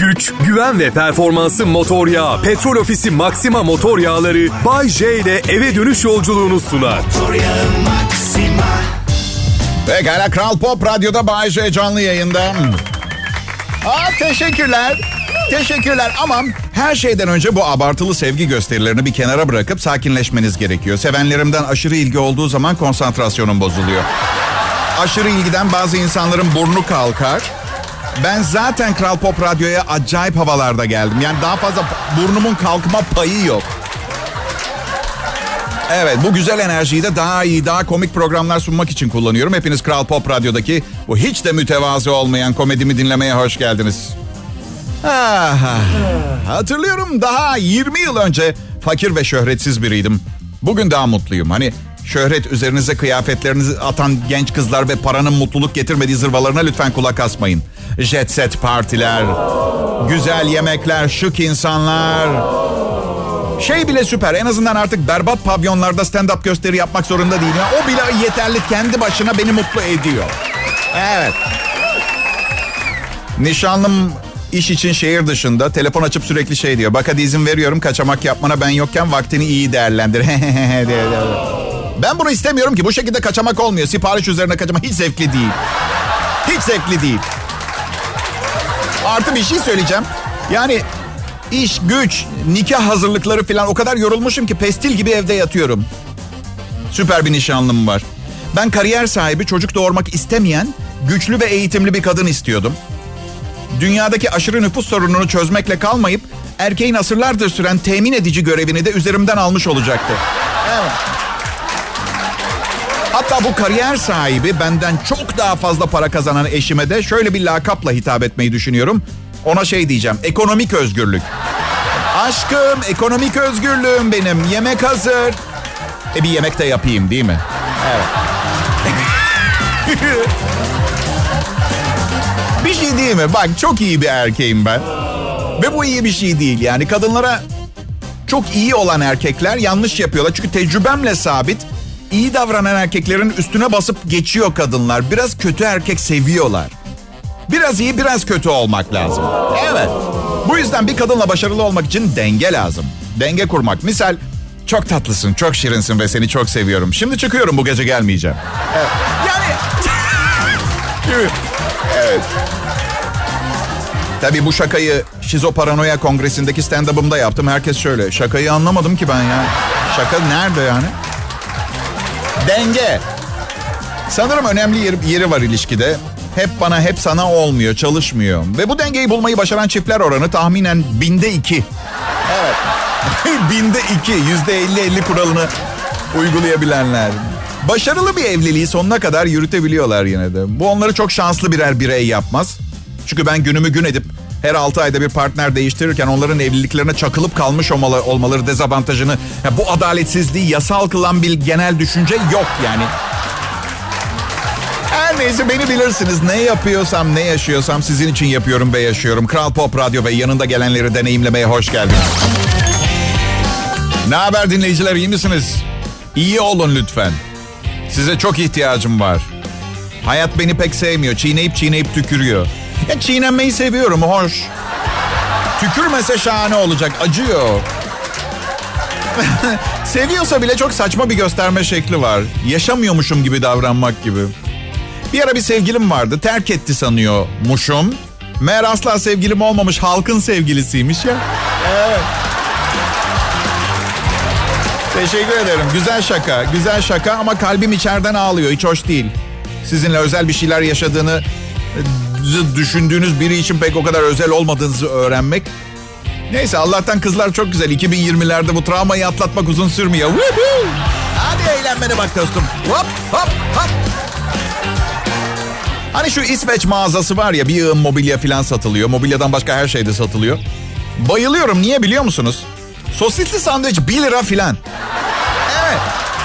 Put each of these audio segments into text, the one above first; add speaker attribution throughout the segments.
Speaker 1: güç, güven ve performansı motor yağı. Petrol Ofisi Maxima motor yağları Bay J ile eve dönüş yolculuğunu sunar.
Speaker 2: Pekala, Kral Pop Radyo'da Bay J canlı yayında. Teşekkürler. Teşekkürler ama her şeyden önce bu abartılı sevgi gösterilerini bir kenara bırakıp sakinleşmeniz gerekiyor. Sevenlerimden aşırı ilgi olduğu zaman konsantrasyonum bozuluyor. Aşırı ilgiden bazı insanların burnu kalkar. Ben zaten Kral Pop Radyo'ya acayip havalarda geldim. Yani daha fazla burnumun kalkma payı yok. Evet, bu güzel enerjiyi de daha iyi, daha komik programlar sunmak için kullanıyorum. Hepiniz Kral Pop Radyo'daki bu hiç de mütevazı olmayan komedimi dinlemeye hoş geldiniz. Hatırlıyorum, daha 20 yıl önce fakir ve şöhretsiz biriydim. Bugün daha mutluyum. Hani şöhret üzerinize kıyafetlerinizi atan genç kızlar ve paranın mutluluk getirmediği zırvalarına lütfen kulak asmayın. Jet set partiler, güzel yemekler, şık insanlar. Şey bile süper, en azından artık berbat pavyonlarda stand-up gösteri yapmak zorunda değilim. O bile yeterli, kendi başına beni mutlu ediyor. Evet. Nişanlım iş için şehir dışında, telefon açıp sürekli şey diyor. Bak hadi izin veriyorum kaçamak yapmana, ben yokken vaktini iyi değerlendir. Ben bunu istemiyorum ki, bu şekilde kaçamak olmuyor. Sipariş üzerine kaçamak hiç zevkli değil. Hiç zevkli değil. Artı bir şey söyleyeceğim. Yani iş, güç, nikah hazırlıkları falan o kadar yorulmuşum ki pestil gibi evde yatıyorum. Süper bir nişanlım var. Ben kariyer sahibi, çocuk doğurmak istemeyen, güçlü ve eğitimli bir kadın istiyordum. Dünyadaki aşırı nüfus sorununu çözmekle kalmayıp erkeğin asırlardır süren temin edici görevini de üzerimden almış olacaktı. Evet. Hatta bu kariyer sahibi, benden çok daha fazla para kazanan eşime de şöyle bir lakapla hitap etmeyi düşünüyorum. Ona şey diyeceğim, ekonomik özgürlük. Aşkım, ekonomik özgürlüğüm benim. Yemek hazır. Bir yemek de yapayım değil mi? Evet. Bir şey değil mi? Bak, çok iyi bir erkeğim ben. Ve bu iyi bir şey değil. Yani kadınlara çok iyi olan erkekler yanlış yapıyorlar. Çünkü tecrübemle sabit, iyi davranan erkeklerin üstüne basıp geçiyor kadınlar. Biraz kötü erkek seviyorlar. Biraz iyi, biraz kötü olmak lazım. Evet. Bu yüzden bir kadınla başarılı olmak için denge lazım. Denge kurmak. Misal, çok tatlısın, çok şirinsin ve seni çok seviyorum. Şimdi çıkıyorum, bu gece gelmeyeceğim. Evet. Yani... Evet. Tabii bu şakayı Şizoparanoya Kongresi'ndeki stand-up'ımda yaptım. Herkes şöyle, şakayı anlamadım ki ben ya. Şaka nerede yani? Denge. Sanırım önemli yeri var ilişkide. Hep bana, hep sana olmuyor, çalışmıyor. Ve bu dengeyi bulmayı başaran çiftler oranı tahminen 2. Evet. 2. %50-50 kuralını uygulayabilenler. Başarılı bir evliliği sonuna kadar yürütebiliyorlar yine de. Bu onları çok şanslı birer birey yapmaz. Çünkü ben günümü gün edip her 6 ayda bir partner değiştirirken onların evliliklerine çakılıp kalmış olmaları dezavantajını... bu adaletsizliği yasal kılan bir genel düşünce yok yani. Her neyse, beni bilirsiniz. Ne yapıyorsam, ne yaşıyorsam sizin için yapıyorum ve yaşıyorum. Kral Pop Radyo ve yanında gelenleri deneyimlemeye hoş geldiniz. Ne haber dinleyiciler, iyi misiniz? İyi olun lütfen. Size çok ihtiyacım var. Hayat beni pek sevmiyor. Çiğneyip tükürüyor. Çiğnenmeyi seviyorum, hoş. Tükürmese şahane olacak, acıyor. Seviyorsa bile çok saçma bir gösterme şekli var. Yaşamıyormuşum gibi davranmak gibi. Bir ara bir sevgilim vardı, terk etti sanıyormuşum. Meğer asla sevgilim olmamış, halkın sevgilisiymiş ya. Evet. Teşekkür ederim. Güzel şaka ama kalbim içeriden ağlıyor. Hiç hoş değil. Sizinle özel bir şeyler yaşadığını düşündüğünüz biri için pek o kadar özel olmadığınızı öğrenmek. Neyse, Allah'tan kızlar çok güzel. 2020'lerde bu travmayı atlatmak uzun sürmüyor. Woohoo! Hadi eğlenmene bak dostum. Hop hop hop. Hani şu İsveç mağazası var ya, bir yığın mobilya falan satılıyor. Mobilyadan başka her şey de satılıyor. Bayılıyorum. Niye biliyor musunuz? Sosisli sandviç 1 lira filan. Evet.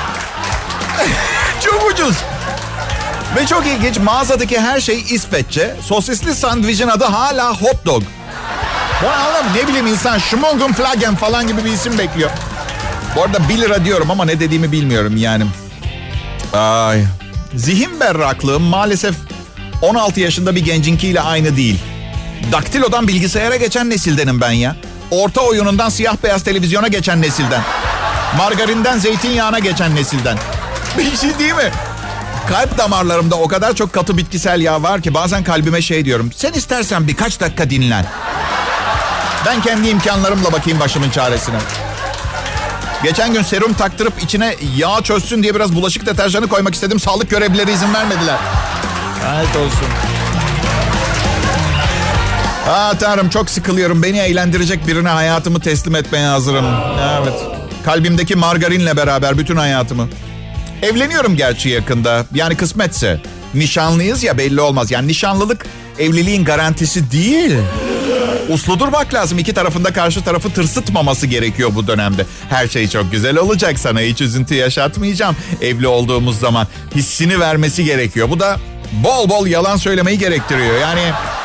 Speaker 2: Çok ucuz. Ve çok ilginç, mağazadaki her şey İsveççe. Sosisli sandviçin adı hala hot dog. Bu anlam, ne bileyim, insan Schmungen Flaggen falan gibi bir isim bekliyor. Bu arada 1 lira diyorum ama ne dediğimi bilmiyorum yani. Ay. Zihin berraklığım maalesef 16 yaşında bir gencinkiyle aynı değil. Daktilodan bilgisayara geçen nesildenim ben ya. Orta oyunundan siyah beyaz televizyona geçen nesilden. Margarinden zeytinyağına geçen nesilden. Bir şey değil mi? Kalp damarlarımda o kadar çok katı bitkisel yağ var ki bazen kalbime şey diyorum. Sen istersen birkaç dakika dinlen. Ben kendi imkanlarımla bakayım başımın çaresine. Geçen gün serum taktırıp içine yağ çözsün diye biraz bulaşık deterjanı koymak istedim. Sağlık görevlileri izin vermediler. Lanet olsun. Tanrım çok sıkılıyorum. Beni eğlendirecek birine hayatımı teslim etmeye hazırım. Evet. Kalbimdeki margarinle beraber bütün hayatımı. Evleniyorum gerçi yakında. Yani kısmetse. Nişanlıyız ya belli olmaz. Yani nişanlılık evliliğin garantisi değil. Uslu durmak lazım. İki tarafında karşı tarafı tırsıtmaması gerekiyor bu dönemde. Her şey çok güzel olacak. Sana hiç üzüntü yaşatmayacağım. Evli olduğumuz zaman hissini vermesi gerekiyor. Bu da bol bol yalan söylemeyi gerektiriyor. Yani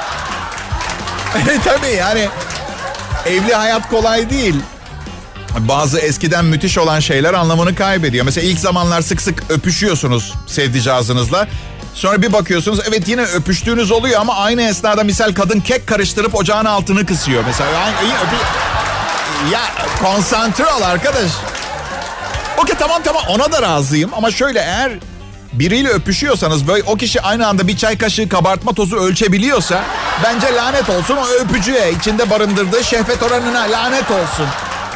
Speaker 2: tabii yani evli hayat kolay değil. Bazı eskiden müthiş olan şeyler anlamını kaybediyor. Mesela ilk zamanlar sık sık öpüşüyorsunuz sevdicağızınızla. Sonra bir bakıyorsunuz evet yine öpüştüğünüz oluyor ama aynı esnada misal kadın kek karıştırıp ocağın altını kısıyor. Mesela ya konsantre ol arkadaş. Okey tamam ona da razıyım ama şöyle eğer biriyle öpüşüyorsanız böyle o kişi aynı anda bir çay kaşığı kabartma tozu ölçebiliyorsa bence lanet olsun o öpücüye, içinde barındırdığı şehvet oranına lanet olsun.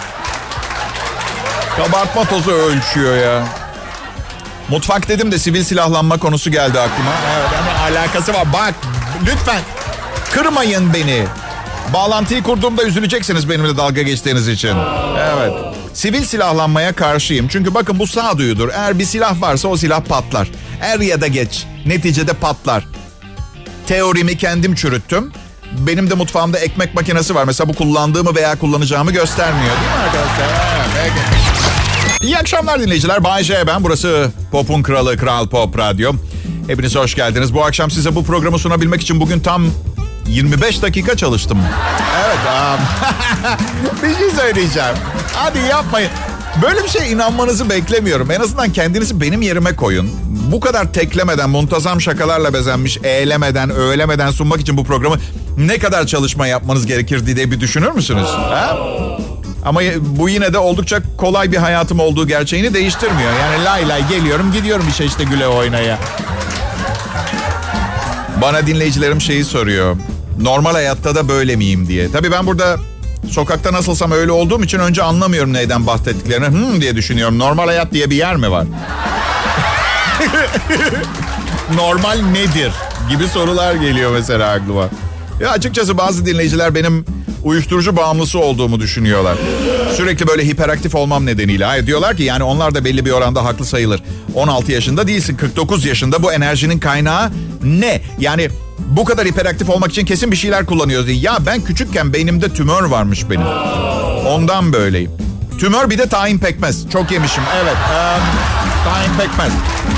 Speaker 2: Kabartma tozu ölçüyor ya. Mutfak dedim de sivil silahlanma konusu geldi aklıma. Evet hani alakası var. Bak lütfen kırmayın beni. Bağlantıyı kurduğumda üzüleceksiniz benimle dalga geçtiğiniz için. Evet. Sivil silahlanmaya karşıyım. Çünkü bakın bu sağduyudur. Eğer bir silah varsa o silah patlar. Er ya da geç. Neticede patlar. Teorimi kendim çürüttüm. Benim de mutfağımda ekmek makinesi var. Mesela bu kullandığımı veya kullanacağımı göstermiyor. Değil mi arkadaşlar? Evet. İyi akşamlar dinleyiciler. Bay J ben. Burası Pop'un Kralı Kral Pop Radyo. Hepiniz hoş geldiniz. Bu akşam size bu programı sunabilmek için bugün tam 25 dakika çalıştım. Evet. Bir şey söyleyeceğim. Hadi yapmayın. Böyle bir şeye inanmanızı beklemiyorum. En azından kendinizi benim yerime koyun. Bu kadar teklemeden, muntazam şakalarla bezenmiş, eğlemeden, öğlemeden sunmak için bu programı ne kadar çalışma yapmanız gerekir diye bir düşünür müsünüz? Ha? Ama bu yine de oldukça kolay bir hayatım olduğu gerçeğini değiştirmiyor. Yani lay lay geliyorum gidiyorum işe işte güle oynaya. Bana dinleyicilerim şeyi soruyor. Normal hayatta da böyle miyim diye. Tabii ben burada sokakta nasılsam öyle olduğum için önce anlamıyorum neyden bahsettiklerini. Diye düşünüyorum. Normal hayat diye bir yer mi var? Normal nedir? Gibi sorular geliyor mesela aklıma. Ya açıkçası bazı dinleyiciler benim uyuşturucu bağımlısı olduğumu düşünüyorlar. Sürekli böyle hiperaktif olmam nedeniyle. Hayır diyorlar ki yani onlar da belli bir oranda haklı sayılır. 16 yaşında değilsin, 49 yaşında bu enerjinin kaynağı ne? Yani bu kadar hiperaktif olmak için kesin bir şeyler kullanıyoruz diye. Ya ben küçükken beynimde tümör varmış benim. Ondan böyleyim. Tümör bir de tahin pekmez. Çok yemişim. Evet. Tahin pekmez.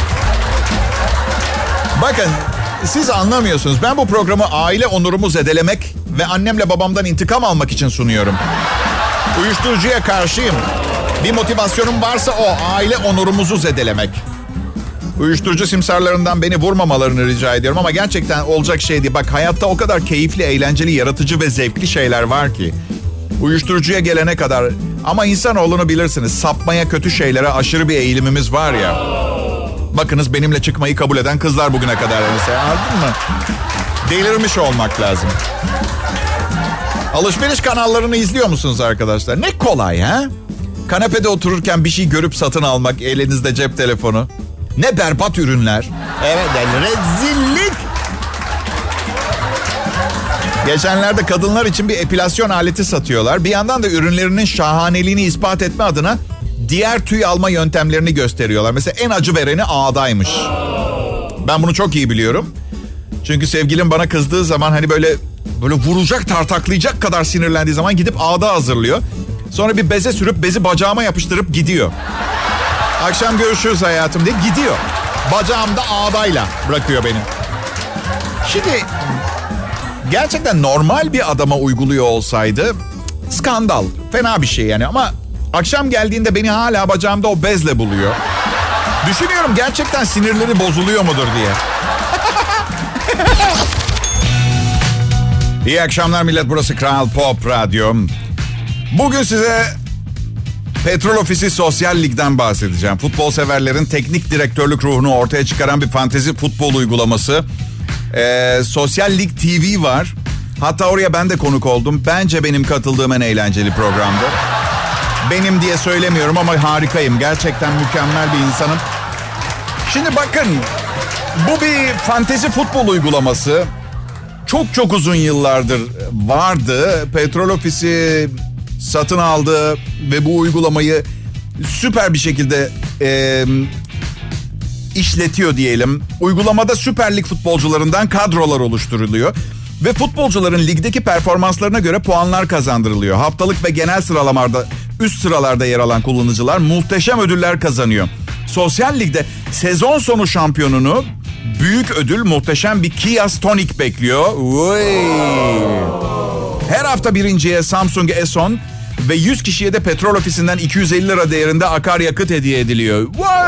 Speaker 2: Bakın siz anlamıyorsunuz. Ben bu programı aile onurumu zedelemek ve annemle babamdan intikam almak için sunuyorum. Uyuşturucuya karşıyım. Bir motivasyonum varsa o aile onurumuzu zedelemek. Uyuşturucu simsarlarından beni vurmamalarını rica ediyorum ama gerçekten olacak şey değil. Bak hayatta o kadar keyifli, eğlenceli, yaratıcı ve zevkli şeyler var ki. Uyuşturucuya gelene kadar ama insanoğlunu bilirsiniz sapmaya, kötü şeylere aşırı bir eğilimimiz var ya. Bakınız benimle çıkmayı kabul eden kızlar bugüne kadar mesela anladın mı? Delirmiş olmak lazım. Alışveriş kanallarını izliyor musunuz arkadaşlar? Ne kolay ha? Kanepede otururken bir şey görüp satın almak, elinizde cep telefonu. Ne berbat ürünler. Evet, rezillik. Geçenlerde kadınlar için bir epilasyon aleti satıyorlar. Bir yandan da ürünlerinin şahaneliğini ispat etme adına diğer tüy alma yöntemlerini gösteriyorlar. Mesela en acı vereni ağdaymış. Ben bunu çok iyi biliyorum. Çünkü sevgilim bana kızdığı zaman hani böyle vuracak, tartaklayacak kadar sinirlendiği zaman gidip ağda hazırlıyor. Sonra bir beze sürüp bezi bacağıma yapıştırıp gidiyor. Akşam görüşürüz hayatım diye gidiyor. Bacağımda ağdayla bırakıyor beni. Şimdi gerçekten normal bir adama uyguluyor olsaydı skandal. Fena bir şey yani ama akşam geldiğinde beni hala bacağımda o bezle buluyor. Düşünüyorum gerçekten sinirleri bozuluyor mudur diye. İyi akşamlar millet, burası Kral Pop Radyo. Bugün size Petrol Ofisi Sosyal Lig'den bahsedeceğim. Futbol severlerin teknik direktörlük ruhunu ortaya çıkaran bir fantezi futbol uygulaması. Sosyal Lig TV var. Hatta oraya ben de konuk oldum. Bence benim katıldığım en eğlenceli programdı. Benim diye söylemiyorum ama harikayım. Gerçekten mükemmel bir insanım. Şimdi bakın, bu bir fantezi futbol uygulaması. Çok uzun yıllardır vardı. Petrol Ofisi satın aldı ve bu uygulamayı süper bir şekilde işletiyor diyelim. Uygulamada Süper Lig futbolcularından kadrolar oluşturuluyor. Ve futbolcuların ligdeki performanslarına göre puanlar kazandırılıyor. Haftalık ve genel sıralamalarda üst sıralarda yer alan kullanıcılar muhteşem ödüller kazanıyor. Sosyal Lig'de sezon sonu şampiyonunu büyük ödül, muhteşem bir Kia Stonic bekliyor. Her hafta birinciye Samsung S10 ve 100 kişiye de Petrol Ofisi'nden 250 lira değerinde akaryakıt hediye ediliyor.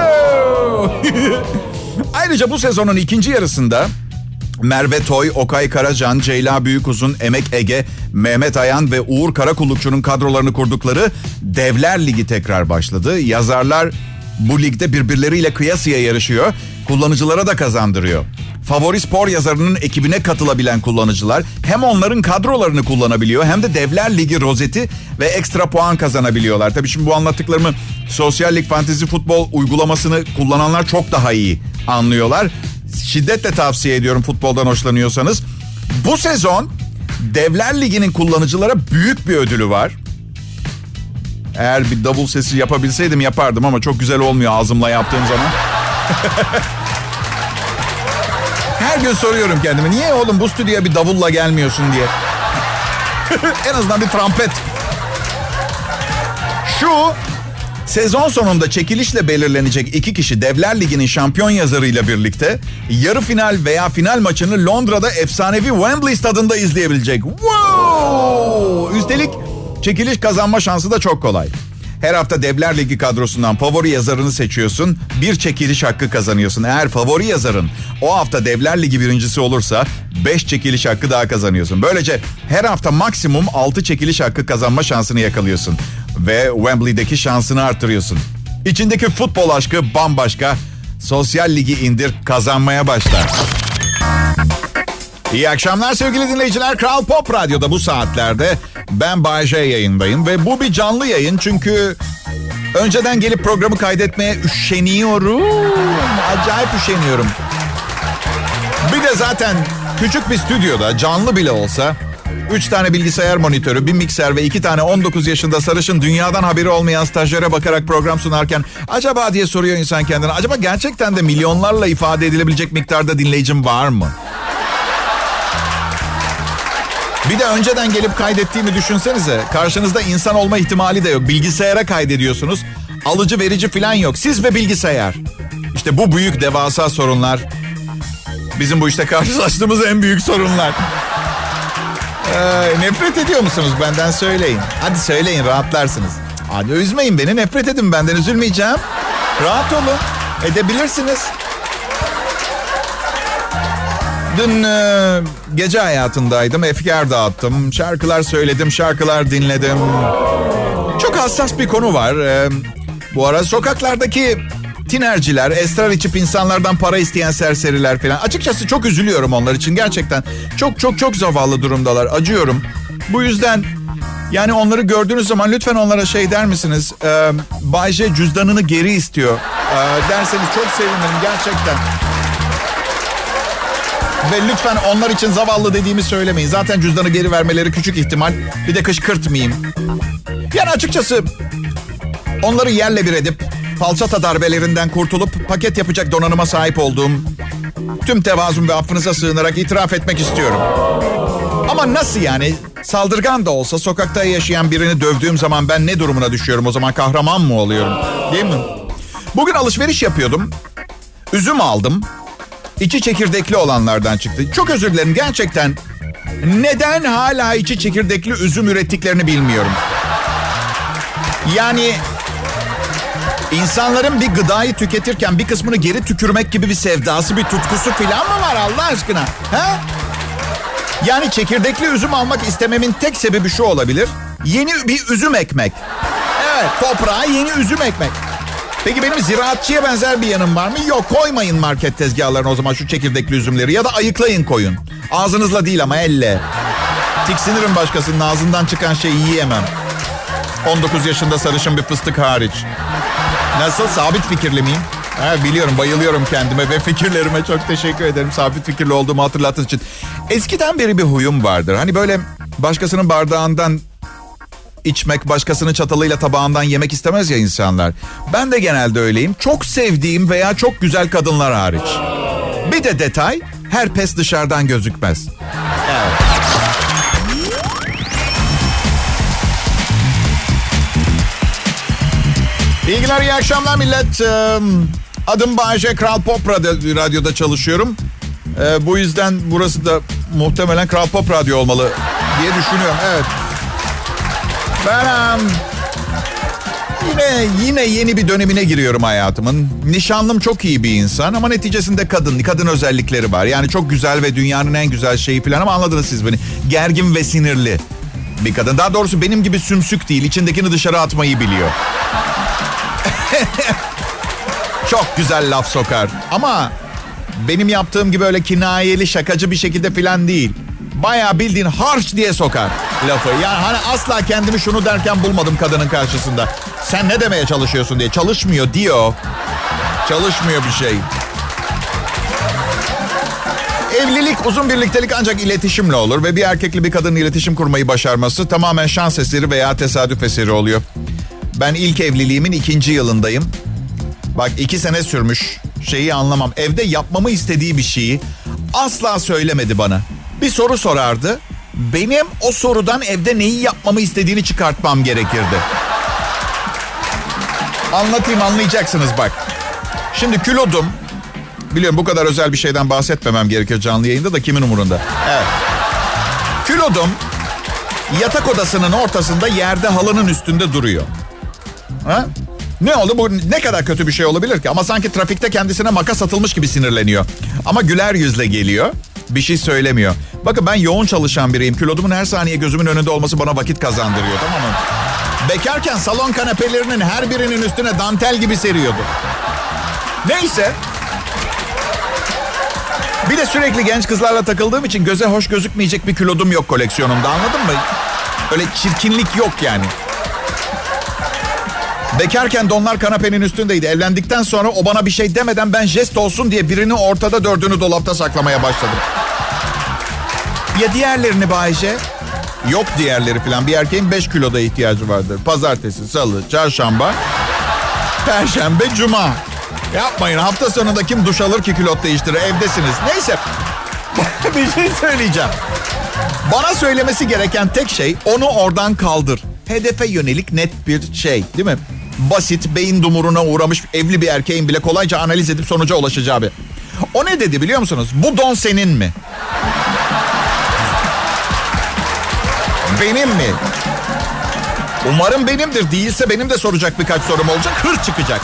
Speaker 2: Ayrıca bu sezonun ikinci yarısında Merve Toy, Okay Karacan, Ceyla Büyükuzun, Emek Ege, Mehmet Ayan ve Uğur Karakullukçu'nun kadrolarını kurdukları Devler Ligi tekrar başladı. Yazarlar bu ligde birbirleriyle kıyasıya yarışıyor. Kullanıcılara da kazandırıyor. Favori spor yazarının ekibine katılabilen kullanıcılar hem onların kadrolarını kullanabiliyor hem de Devler Ligi rozeti ve ekstra puan kazanabiliyorlar. Tabii şimdi bu anlattıklarımı Sosyal Lig Fantezi Futbol uygulamasını kullananlar çok daha iyi anlıyorlar. Şiddetle tavsiye ediyorum futboldan hoşlanıyorsanız. Bu sezon Devler Ligi'nin kullanıcılara büyük bir ödülü var. Eğer bir davul sesi yapabilseydim yapardım ama çok güzel olmuyor ağzımla yaptığım zaman. Her gün soruyorum kendime, niye oğlum bu stüdyoya bir davulla gelmiyorsun diye. En azından bir trompet. Şu sezon sonunda çekilişle belirlenecek 2 kişi Devler Ligi'nin şampiyon yazarıyla birlikte yarı final veya final maçını Londra'da efsanevi Wembley stadında izleyebilecek. Wow! Üstelik çekiliş kazanma şansı da çok kolay. Her hafta Devler Ligi kadrosundan favori yazarını seçiyorsun. Bir çekiliş hakkı kazanıyorsun. Eğer favori yazarın o hafta Devler Ligi birincisi olursa 5 çekiliş hakkı daha kazanıyorsun. Böylece her hafta maksimum 6 çekiliş hakkı kazanma şansını yakalıyorsun. Ve Wembley'deki şansını artırıyorsun. İçindeki futbol aşkı bambaşka. Sosyal Ligi indir, kazanmaya başla. İyi akşamlar sevgili dinleyiciler. Kral Pop Radyo'da bu saatlerde ben Bay J yayındayım. Ve bu bir canlı yayın çünkü önceden gelip programı kaydetmeye üşeniyorum. Acayip üşeniyorum. Bir de zaten küçük bir stüdyoda canlı bile olsa 3 tane bilgisayar monitörü, bir mikser ve 2 tane 19 yaşında sarışın dünyadan haberi olmayan stajyere bakarak program sunarken acaba diye soruyor insan kendine. Acaba gerçekten de milyonlarla ifade edilebilecek miktarda dinleyicim var mı? Bir de önceden gelip kaydettiğimi düşünsenize. Karşınızda insan olma ihtimali de yok. Bilgisayara kaydediyorsunuz. Alıcı verici falan yok. Siz ve bilgisayar. İşte bu büyük devasa sorunlar. Bizim bu işte karşılaştığımız en büyük sorunlar. Nefret ediyor musunuz benden, söyleyin. Hadi söyleyin, rahatlarsınız. Hadi üzmeyin beni, nefret edin benden, üzülmeyeceğim. Rahat olun, edebilirsiniz. Dün gece hayatındaydım, efkar dağıttım. Şarkılar söyledim, şarkılar dinledim. Çok hassas bir konu var. Bu ara sokaklardaki tinerciler, esrar içip insanlardan para isteyen serseriler falan. Açıkçası çok üzülüyorum onlar için gerçekten. Çok zavallı durumdalar. Acıyorum. Bu yüzden yani onları gördüğünüz zaman lütfen onlara şey der misiniz? Bay J cüzdanını geri istiyor. Derseniz çok sevinirim gerçekten. Ve lütfen onlar için zavallı dediğimi söylemeyin. Zaten cüzdanı geri vermeleri küçük ihtimal. Bir de kışkırtmayayım. Yani açıkçası onları yerle bir edip falçata darbelerinden kurtulup paket yapacak donanıma sahip olduğum tüm tevazum ve affınıza sığınarak itiraf etmek istiyorum. Ama nasıl yani? Saldırgan da olsa sokakta yaşayan birini dövdüğüm zaman ben ne durumuna düşüyorum? O zaman kahraman mı oluyorum? Değil mi? Bugün alışveriş yapıyordum. Üzüm aldım. İçi çekirdekli olanlardan çıktı. Çok özür dilerim gerçekten. Neden hala içi çekirdekli üzüm ürettiklerini bilmiyorum. Yani insanların bir gıdayı tüketirken bir kısmını geri tükürmek gibi bir sevdası, bir tutkusu falan mı var Allah aşkına? Ha? Yani çekirdekli üzüm almak istememin tek sebebi şu olabilir. Yeni bir üzüm ekmek. Evet, toprağa yeni üzüm ekmek. Peki benim ziraatçıya benzer bir yanım var mı? Yok, koymayın market tezgahlarına o zaman şu çekirdekli üzümleri. Ya da ayıklayın koyun. Ağzınızla değil ama elle. Tiksinirim başkasının ağzından çıkan şeyi yiyemem. 19 yaşında sarışın bir fıstık hariç. Nasıl, sabit fikirli miyim? Biliyorum, bayılıyorum kendime ve fikirlerime. Çok teşekkür ederim sabit fikirli olduğumu hatırlattığınız için. Eskiden beri bir huyum vardır. Hani böyle başkasının bardağından içmek, başkasının çatalıyla tabağından yemek istemez ya insanlar. Ben de genelde öyleyim. Çok sevdiğim veya çok güzel kadınlar hariç. Bir de detay, herpes dışarıdan gözükmez. Evet. İyi günler, iyi akşamlar millet. Adım Bayece, Kral Pop Radyo'da çalışıyorum. Bu yüzden burası da muhtemelen Kral Pop Radyo olmalı diye düşünüyorum. Evet. Ben yine yeni bir dönemine giriyorum hayatımın. Nişanlım çok iyi bir insan ama neticesinde kadın özellikleri var. Yani çok güzel ve dünyanın en güzel şeyi falan ama anladınız siz beni. Gergin ve sinirli bir kadın. Daha doğrusu benim gibi sümsük değil, içindekini dışarı atmayı biliyor. Çok güzel laf sokar. Ama benim yaptığım gibi öyle kinayeli, şakacı bir şekilde falan değil. Bayağı bildiğin harç diye sokar lafı. Yani hani asla kendimi şunu derken bulmadım kadının karşısında. Sen ne demeye çalışıyorsun diye. Çalışmıyor diyor. Çalışmıyor bir şey. Evlilik, uzun birliktelik ancak iletişimle olur. Ve bir erkekle bir kadının iletişim kurmayı başarması tamamen şans eseri veya tesadüf eseri oluyor. Ben ilk evliliğimin 2. yılındayım. Bak 2 sene sürmüş. Şeyi anlamam. Evde yapmamı istediği bir şeyi asla söylemedi bana. Bir soru sorardı. Benim o sorudan evde neyi yapmamı istediğini çıkartmam gerekirdi. Anlatayım, anlayacaksınız bak. Şimdi kilodum. Biliyorum bu kadar özel bir şeyden bahsetmemem gerekir canlı yayında da kimin umurunda. Evet. Kilodum yatak odasının ortasında yerde halının üstünde duruyor. Ha? Ne oldu? Bu ne kadar kötü bir şey olabilir ki? Ama sanki trafikte kendisine makas atılmış gibi sinirleniyor. Ama güler yüzle geliyor. Bir şey söylemiyor. Bakın ben yoğun çalışan biriyim. Kilodumun her saniye gözümün önünde olması bana vakit kazandırıyor, tamam mı? Bekarken salon kanepelerinin her birinin üstüne dantel gibi seriyordu. Neyse. Bir de sürekli genç kızlarla takıldığım için göze hoş gözükmeyecek bir kilodum yok koleksiyonumda, anladın mı? Öyle çirkinlik yok yani. Bekarken donlar kanepenin üstündeydi. Evlendikten sonra o bana bir şey demeden ben jest olsun diye birini ortada, 4'ünü dolapta saklamaya başladım. Ya diğerlerini Bayce? Yok diğerleri falan. Bir erkeğin 5 kiloda ihtiyacı vardır. Pazartesi, salı, çarşamba, perşembe, cuma. Yapmayın, hafta sonunda kim duş alır ki kilot değiştirir? Evdesiniz. Neyse. Bir şey söyleyeceğim. Bana söylemesi gereken tek şey onu oradan kaldır. Hedefe yönelik net bir şey, değil mi? Basit, beyin dumuruna uğramış evli bir erkeğin bile kolayca analiz edip sonuca ulaşacağı bir. O ne dedi biliyor musunuz? Bu don senin mi? Benim mi? Umarım benimdir. Değilse benim de soracak birkaç sorum olacak. Hır çıkacak.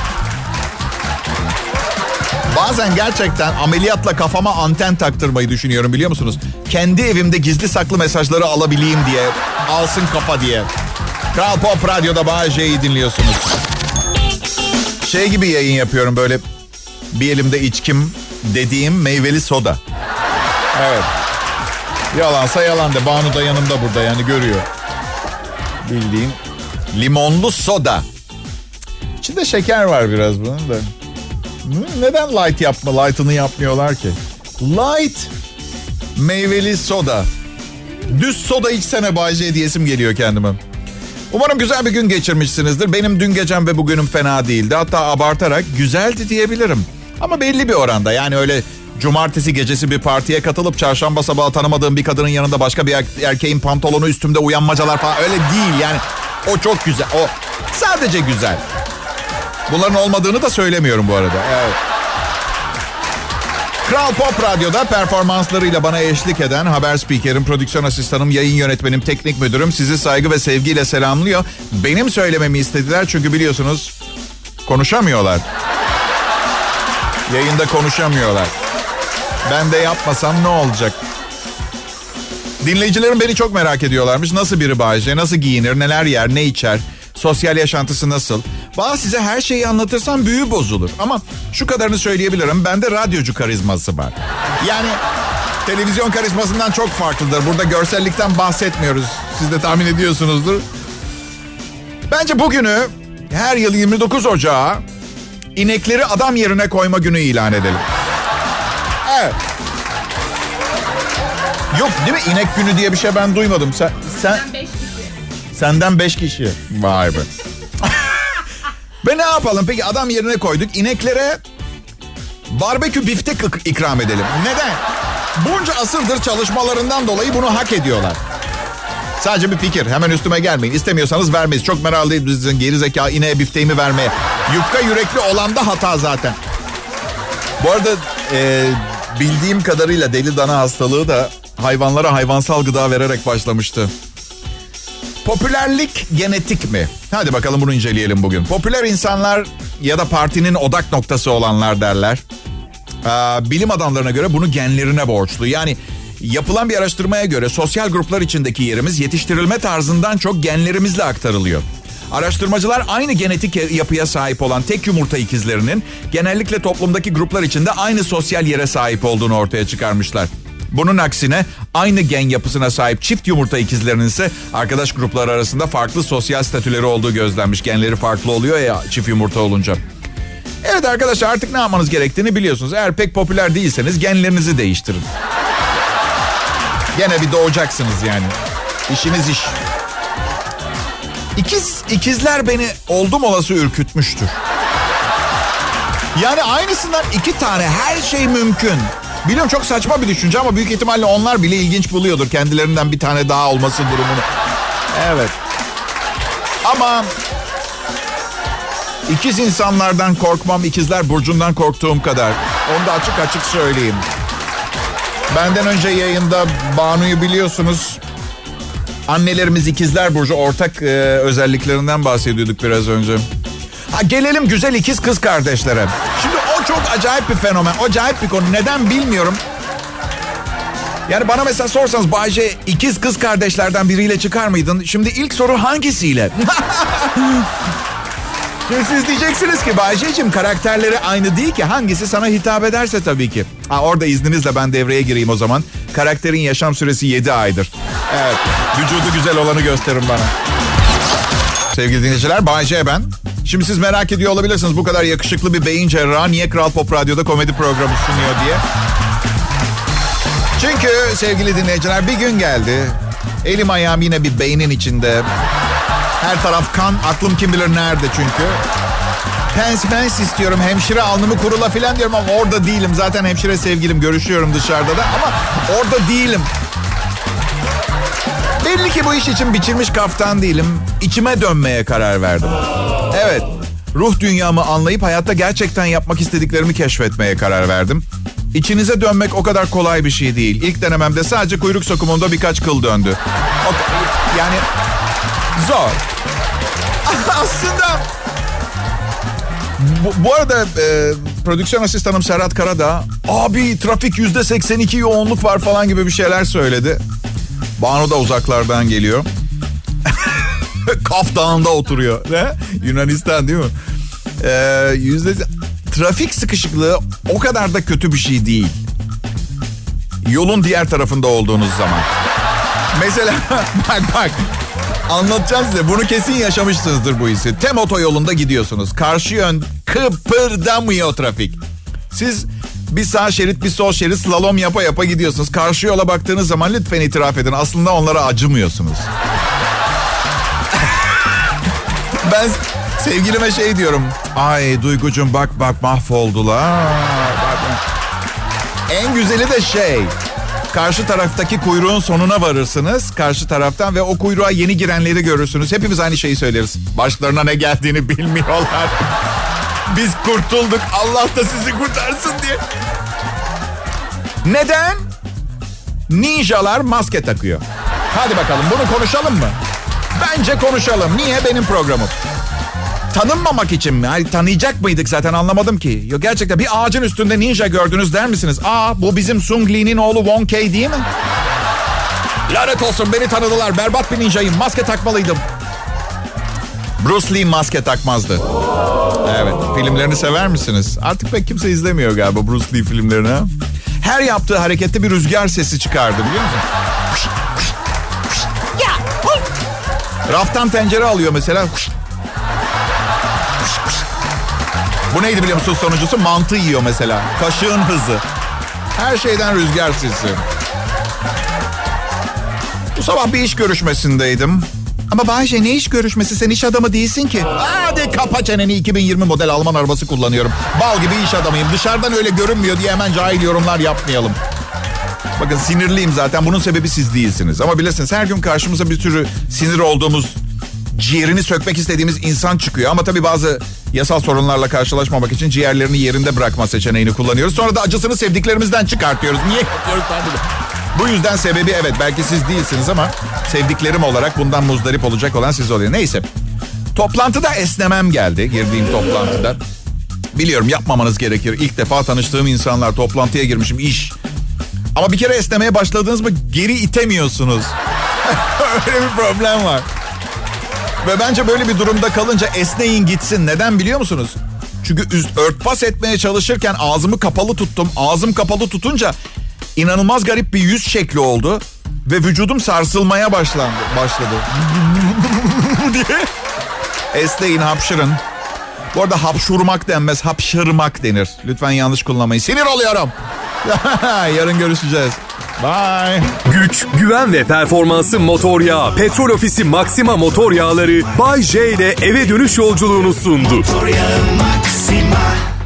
Speaker 2: Bazen gerçekten ameliyatla kafama anten taktırmayı düşünüyorum, biliyor musunuz? Kendi evimde gizli saklı mesajları alabileyim diye. Alsın kafa diye. Kral Pop Radyo'da Bayece'yi dinliyorsunuz. Şey gibi yayın yapıyorum, böyle bir elimde içkim dediğim meyveli soda. Evet. Yalansa yalan de. Banu da yanımda burada, yani görüyor. Bildiğin limonlu soda. İçinde şeker var biraz bunun da. Neden light'ını yapmıyorlar ki? Light meyveli soda. Düz soda içsene Bayce diyesim geliyor kendime. Umarım güzel bir gün geçirmişsinizdir. Benim dün gecem ve bugünüm fena değildi. Hatta abartarak güzeldi diyebilirim. Ama belli bir oranda. Yani öyle cumartesi gecesi bir partiye katılıp çarşamba sabahı tanımadığım bir kadının yanında başka bir erkeğin pantolonu üstümde uyanmacalar falan öyle değil. Yani o çok güzel. O sadece güzel. Bunların olmadığını da söylemiyorum bu arada. Evet. Kral Pop Radyo'da performanslarıyla bana eşlik eden haber spikerim, prodüksiyon asistanım, yayın yönetmenim, teknik müdürüm sizi saygı ve sevgiyle selamlıyor. Benim söylememi istediler çünkü biliyorsunuz konuşamıyorlar. Yayında konuşamıyorlar. Ben de yapmasam ne olacak? Dinleyicilerim beni çok merak ediyorlarmış. Nasıl biri Bay J? Nasıl giyinir? Neler yer? Ne içer? Sosyal yaşantısı nasıl? Bazı size her şeyi anlatırsam büyü bozulur. Ama şu kadarını söyleyebilirim. Bende radyocu karizması var. Yani televizyon karizmasından çok farklıdır. Burada görsellikten bahsetmiyoruz. Siz de tahmin ediyorsunuzdur. Bence bugünü her yıl 29 Ocağı inekleri adam yerine koyma günü ilan edelim. Evet. Yok değil mi? İnek günü diye bir şey ben duymadım. Sen
Speaker 3: 5 kişi.
Speaker 2: Senden 5 kişi. Vay be. Ve ne yapalım peki, adam yerine koyduk. İneklere barbekü biftek ikram edelim. Neden? Bunca asırdır çalışmalarından dolayı bunu hak ediyorlar. Sadece bir fikir. Hemen üstüme gelmeyin. İstemiyorsanız vermeyiz. Çok meraklıyız bizim geri zeka ineğe bifteğimi vermeye. Yufka yürekli olan da hata zaten. Bu arada bildiğim kadarıyla deli dana hastalığı da hayvanlara hayvansal gıda vererek başlamıştı. Popülerlik genetik mi? Hadi bakalım bunu inceleyelim bugün. Popüler insanlar ya da partinin odak noktası olanlar derler. Bilim adamlarına göre bunu genlerine borçlu. Yani yapılan bir araştırmaya göre sosyal gruplar içindeki yerimiz yetiştirilme tarzından çok genlerimizle aktarılıyor. Araştırmacılar aynı genetik yapıya sahip olan tek yumurta ikizlerinin genellikle toplumdaki gruplar içinde aynı sosyal yere sahip olduğunu ortaya çıkarmışlar. Bunun aksine aynı gen yapısına sahip çift yumurta ikizlerinin ise arkadaş grupları arasında farklı sosyal statüleri olduğu gözlenmiş. Genleri farklı oluyor ya çift yumurta olunca. Evet arkadaşlar, artık ne yapmanız gerektiğini biliyorsunuz. Eğer pek popüler değilseniz genlerinizi değiştirin. Gene bir doğacaksınız yani. İşiniz iş. İkizler beni oldum olası ürkütmüştür. Yani aynısından 2 tane, her şey mümkün. Biliyorum çok saçma bir düşünce ama büyük ihtimalle onlar bile ilginç buluyordur kendilerinden bir tane daha olması durumunu. Evet. Ama ikiz insanlardan korkmam, ikizler burcundan korktuğum kadar. Onu da açık açık söyleyeyim. Benden önce yayında Banu'yu biliyorsunuz. Annelerimiz ikizler burcu, ortak özelliklerinden bahsediyorduk biraz önce. Gelelim güzel ikiz kız kardeşlere. Şimdi o çok acayip bir fenomen, acayip bir konu. Neden bilmiyorum. Yani bana mesela sorsanız Bay J, ikiz kız kardeşlerden biriyle çıkar mıydın? Şimdi ilk soru hangisiyle? Şimdi siz diyeceksiniz ki Bay J'cim karakterleri aynı değil ki. Hangisi sana hitap ederse tabii ki. Orada izninizle ben devreye gireyim o zaman. Karakterin yaşam süresi 7 aydır. Evet, vücudu güzel olanı gösterin bana. Sevgili dinleyiciler, Bay J ben. Şimdi siz merak ediyor olabilirsiniz, bu kadar yakışıklı bir beyin cerrahı niye Kral Pop Radyo'da komedi programı sunuyor diye. Çünkü sevgili dinleyiciler, bir gün geldi. Elim ayağım yine bir beynin içinde. Her taraf kan, aklım kim bilir nerede çünkü. Pens istiyorum, hemşire alnımı kurula falan diyorum ama orada değilim. Zaten hemşire sevgilim, görüşüyorum dışarıda da ama orada değilim. Belli ki bu iş için biçilmiş kaftan değilim. İçime dönmeye karar verdim. Evet, ruh dünyamı anlayıp hayatta gerçekten yapmak istediklerimi keşfetmeye karar verdim. İçinize dönmek o kadar kolay bir şey değil. İlk denememde sadece kuyruk sokumunda birkaç kıl döndü. Yani zor. Aslında bu arada prodüksiyon asistanım Serhat Karadağ, abi trafik %82 yoğunluk var falan gibi bir şeyler söyledi. Banu da uzaklardan geliyor. Kaf Dağı'nda oturuyor. Ne? Yunanistan değil mi? Trafik sıkışıklığı o kadar da kötü bir şey değil. Yolun diğer tarafında olduğunuz zaman. Mesela bak. Anlatacağım size. Bunu kesin yaşamışsınızdır bu hissi. Tem otoyolunda gidiyorsunuz. Karşı yön kıpırdamıyor trafik. Siz bir sağ şerit bir sol şerit slalom yapa gidiyorsunuz. Karşı yola baktığınız zaman lütfen itiraf edin. Aslında onlara acımıyorsunuz. Ben sevgilime şey diyorum. Ay Duygucuğum bak mahvoldular. En güzeli de şey. Karşı taraftaki kuyruğun sonuna varırsınız. Karşı taraftan ve o kuyruğa yeni girenleri görürsünüz. Hepimiz aynı şeyi söyleriz. Başlarına ne geldiğini bilmiyorlar. Biz kurtulduk. Allah da sizi kurtarsın diye. Neden? Ninjalar maske takıyor. Hadi bakalım bunu konuşalım mı? Bence konuşalım. Niye? Benim programım. Tanınmamak için mi? Hayır, tanıyacak mıydık zaten, anlamadım ki. Yok, gerçekten bir ağacın üstünde ninja gördünüz der misiniz? Bu bizim Sung Lee'nin oğlu Wong Kei değil mi? Lanet olsun, beni tanıdılar. Berbat bir ninjayım. Maske takmalıydım. Bruce Lee maske takmazdı. Evet, filmlerini sever misiniz? Artık pek kimse izlemiyor galiba Bruce Lee filmlerini. Ha? Her yaptığı harekette bir rüzgar sesi çıkardı, biliyor musun? Raftan tencere alıyor mesela. Bu neydi biliyor musun sonuncusu? Mantı yiyor mesela. Kaşığın hızı. Her şeyden rüzgar sesi. Bu sabah bir iş görüşmesindeydim. Ama Bayce, ne iş görüşmesi? Sen iş adamı değilsin ki. Hadi kapa çeneni, 2020 model Alman arabası kullanıyorum. Bal gibi iş adamıyım. Dışarıdan öyle görünmüyor diye hemen cahil yorumlar yapmayalım. Bakın sinirliyim zaten. Bunun sebebi siz değilsiniz. Ama bilirsiniz her gün karşımıza bir sürü sinir olduğumuz, ciğerini sökmek istediğimiz insan çıkıyor. Ama tabii bazı yasal sorunlarla karşılaşmamak için ciğerlerini yerinde bırakma seçeneğini kullanıyoruz. Sonra da acısını sevdiklerimizden çıkartıyoruz. Niye yapıyoruz ben de? Bu yüzden sebebi evet, belki siz değilsiniz ama sevdiklerim olarak bundan muzdarip olacak olan siz oluyor. Neyse. Toplantıda esnemem geldi, girdiğim toplantıda. Biliyorum yapmamanız gerekir. İlk defa tanıştığım insanlar, toplantıya girmişim, iş. Ama bir kere esnemeye başladınız mı geri itemiyorsunuz. Öyle bir problem var. Ve bence böyle bir durumda kalınca esneyin gitsin. Neden biliyor musunuz? Çünkü örtbas etmeye çalışırken ağzımı kapalı tuttum. Ağzım kapalı tutunca inanılmaz garip bir yüz şekli oldu. Ve vücudum sarsılmaya başladı. diye. Esneyin, hapşırın. Bu arada hapşurmak denmez, hapşırmak denir. Lütfen yanlış kullanmayın. Sinir oluyorum. Yarın görüşeceğiz. Bye.
Speaker 1: Güç, güven ve performansı motor yağı. Petrol Ofisi Maxima motor yağları Bay J ile eve dönüş yolculuğunu sundu.
Speaker 3: Motor yağı Maxima.